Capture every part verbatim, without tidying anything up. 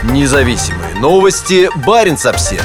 Независимые новости. Баренц-Обсервис.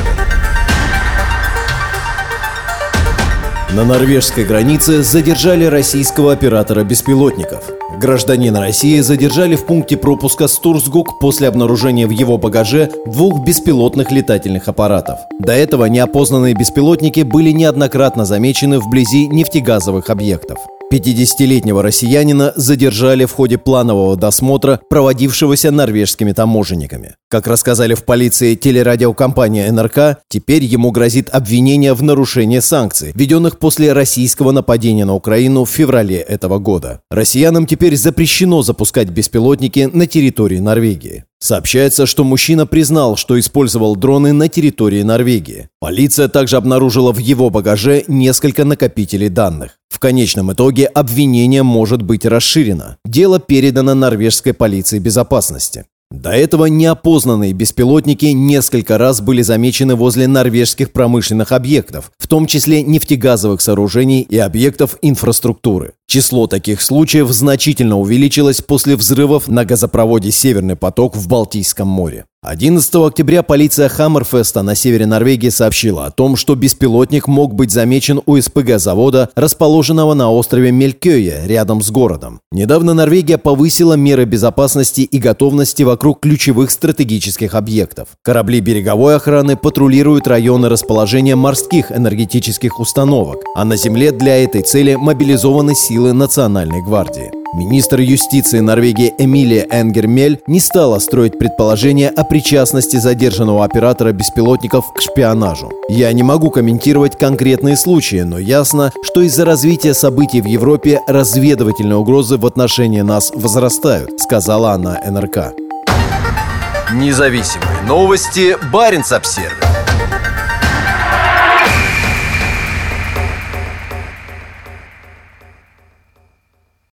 На норвежской границе задержали российского оператора беспилотников. Гражданина России задержали в пункте пропуска Стурсгук после обнаружения в его багаже двух беспилотных летательных аппаратов. До этого неопознанные беспилотники были неоднократно замечены вблизи нефтегазовых объектов. пятидесятилетнего россиянина задержали в ходе планового досмотра, проводившегося норвежскими таможенниками. Как рассказали в полиции телерадиокомпания эн эр ка, теперь ему грозит обвинение в нарушении санкций, введенных после российского нападения на Украину в феврале этого года. Россиянам теперь запрещено запускать беспилотники на территории Норвегии. Сообщается, что мужчина признал, что использовал дроны на территории Норвегии. Полиция также обнаружила в его багаже несколько накопителей данных. В конечном итоге обвинение может быть расширено. Дело передано норвежской полиции безопасности. До этого неопознанные беспилотники несколько раз были замечены возле норвежских промышленных объектов, в том числе нефтегазовых сооружений и объектов инфраструктуры. Число таких случаев значительно увеличилось после взрывов на газопроводе «Северный поток» в Балтийском море. одиннадцатого октября полиция Хаммерфеста на севере Норвегии сообщила о том, что беспилотник мог быть замечен у эс пэ гэ завода, расположенного на острове Мелькёе, рядом с городом. Недавно Норвегия повысила меры безопасности и готовности вокруг ключевых стратегических объектов. Корабли береговой охраны патрулируют районы расположения морских энергетических установок, а на земле для этой цели мобилизованы силы Национальной гвардии. Министр юстиции Норвегии Эмилия Энгер Мель не стала строить предположения о причастности задержанного оператора беспилотников к шпионажу. «Я не могу комментировать конкретные случаи, но ясно, что из-за развития событий в Европе разведывательные угрозы в отношении нас возрастают», сказала она эн эр ка. Независимые новости. Баренц-Обсервис.